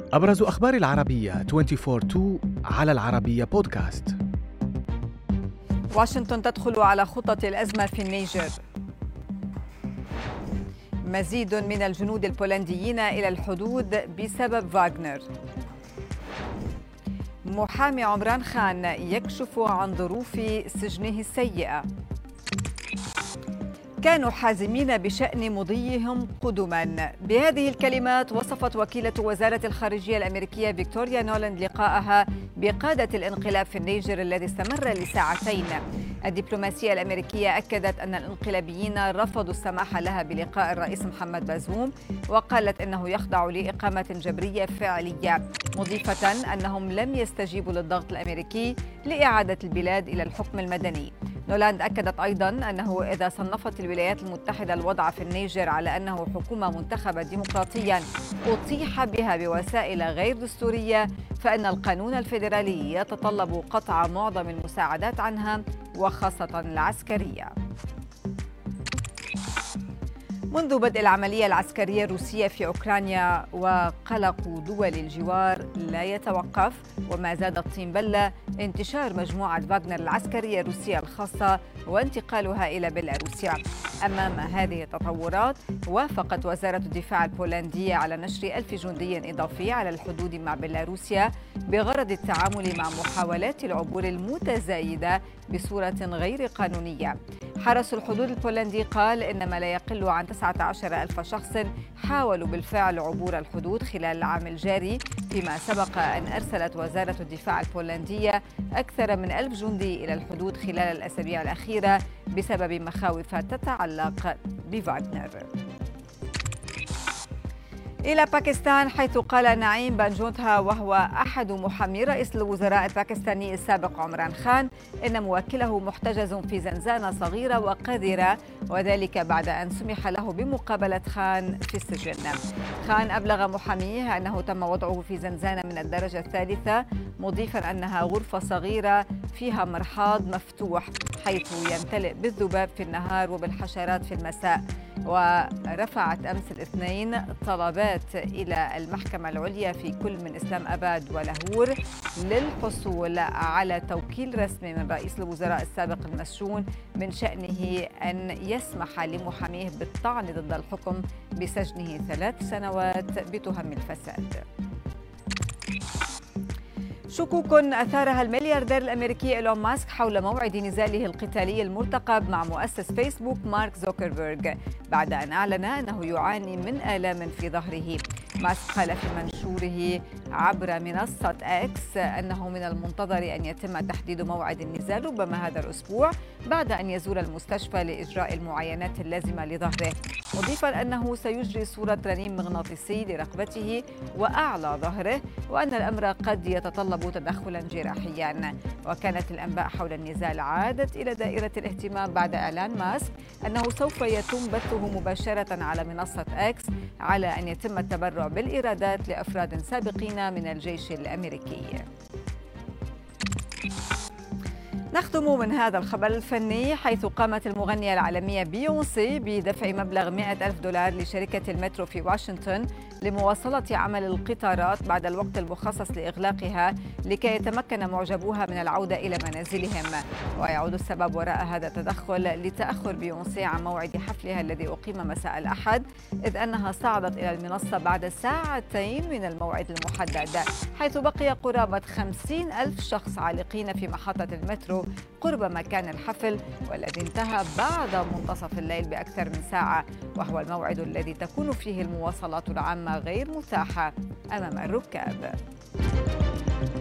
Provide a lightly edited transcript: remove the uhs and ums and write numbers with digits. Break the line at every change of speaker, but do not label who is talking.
أبرز أخبار العربية 24/2 على العربية بودكاست.
واشنطن تدخل على خطة الأزمة في النيجر. مزيد من الجنود البولنديين إلى الحدود بسبب فاغنر. محامي عمران خان يكشف عن ظروف سجنه السيئة. كانوا حازمين بشأن مضيهم قدما. بهذه الكلمات وصفت وكيلة وزارة الخارجية الأمريكية فيكتوريا نولاند لقاءها بقادة الانقلاب في النيجر الذي استمر لساعتين. الدبلوماسية الأمريكية أكدت أن الانقلابيين رفضوا السماح لها بلقاء الرئيس محمد بازوم، وقالت أنه يخضع لإقامة جبرية فعلية، مضيفة أنهم لم يستجيبوا للضغط الأمريكي لإعادة البلاد إلى الحكم المدني. نولاند أكدت أيضاً أنه إذا صنفت الولايات المتحدة الوضع في النيجر على أنه حكومة منتخبة ديمقراطياً أطيح بها بوسائل غير دستورية، فإن القانون الفيدرالي يتطلب قطع معظم المساعدات عنها وخاصة العسكرية. منذ بدء العملية العسكرية الروسية في أوكرانيا وقلق دول الجوار لا يتوقف، وما زاد الطين بلة انتشار مجموعة فاغنر العسكرية الروسية الخاصة وانتقالها إلى بيلاروسيا. أمام هذه التطورات وافقت وزارة الدفاع البولندية على نشر 1000 جندي إضافي على الحدود مع بيلاروسيا بغرض التعامل مع محاولات العبور المتزايدة بصورة غير قانونية. حرس الحدود البولندي قال إن ما لا يقل عن 19,000 شخص حاولوا بالفعل عبور الحدود خلال العام الجاري، فيما سبق أن أرسلت وزارة الدفاع البولندية أكثر من 1000 جندي إلى الحدود خلال الأسابيع الأخيرة بسبب مخاوف تتعلق بفاغنر. إلى باكستان، حيث قال نعيم بانجوتها وهو أحد محامي رئيس الوزراء الباكستاني السابق عمران خان إن موكله محتجز في زنزانة صغيرة وقذرة، وذلك بعد أن سمح له بمقابلة خان في السجن. خان أبلغ محاميه أنه تم وضعه في زنزانة من الدرجة الثالثة، مضيفا أنها غرفة صغيرة فيها مرحاض مفتوح حيث يمتلئ بالذباب في النهار وبالحشرات في المساء. ورفعت أمس الاثنين طلبات إلى المحكمة العليا في كل من إسلام أباد ولاهور للحصول على توكيل رسمي من رئيس الوزراء السابق المسجون من شأنه أن يسمح لمحاميه بالطعن ضد الحكم بسجنه 3 سنوات بتهم الفساد. شكوك أثارها الملياردير الأمريكي إيلون ماسك حول موعد نزاله القتالي المرتقب مع مؤسس فيسبوك مارك زوكربيرغ بعد أن أعلن أنه يعاني من آلام في ظهره. ماسك قال في منشوره عبر منصة إكس أنه من المنتظر أن يتم تحديد موعد النزال ربما هذا الأسبوع بعد أن يزور المستشفى لإجراء المعاينات اللازمة لظهره، مضيفا أنه سيجري صورة رنين مغناطيسي لرقبته وأعلى ظهره، وأن الأمر قد يتطلب تدخلا جراحيا. وكانت الأنباء حول النزال عادت إلى دائرة الاهتمام بعد إعلان ماسك أنه سوف يتم بثه مباشرة على منصة إكس على أن يتم التبرع بالإيرادات لأفراد سابقين من الجيش الأمريكي. نختم من هذا الخبر الفني، حيث قامت المغنية العالمية بيونسي بدفع مبلغ $100,000 لشركة المترو في واشنطن لمواصلة عمل القطارات بعد الوقت المخصص لإغلاقها لكي يتمكن معجبوها من العودة إلى منازلهم. ويعود السبب وراء هذا التدخل لتأخر بيونسي عن موعد حفلها الذي أقيم مساء الأحد، إذ أنها صعدت إلى المنصة بعد ساعتين من الموعد المحدد، حيث بقي قرابة 50,000 شخص عالقين في محطة المترو قرب مكان الحفل، والذي انتهى بعد منتصف الليل بأكثر من ساعة، وهو الموعد الذي تكون فيه المواصلات العامة غير متاحة أمام الركاب.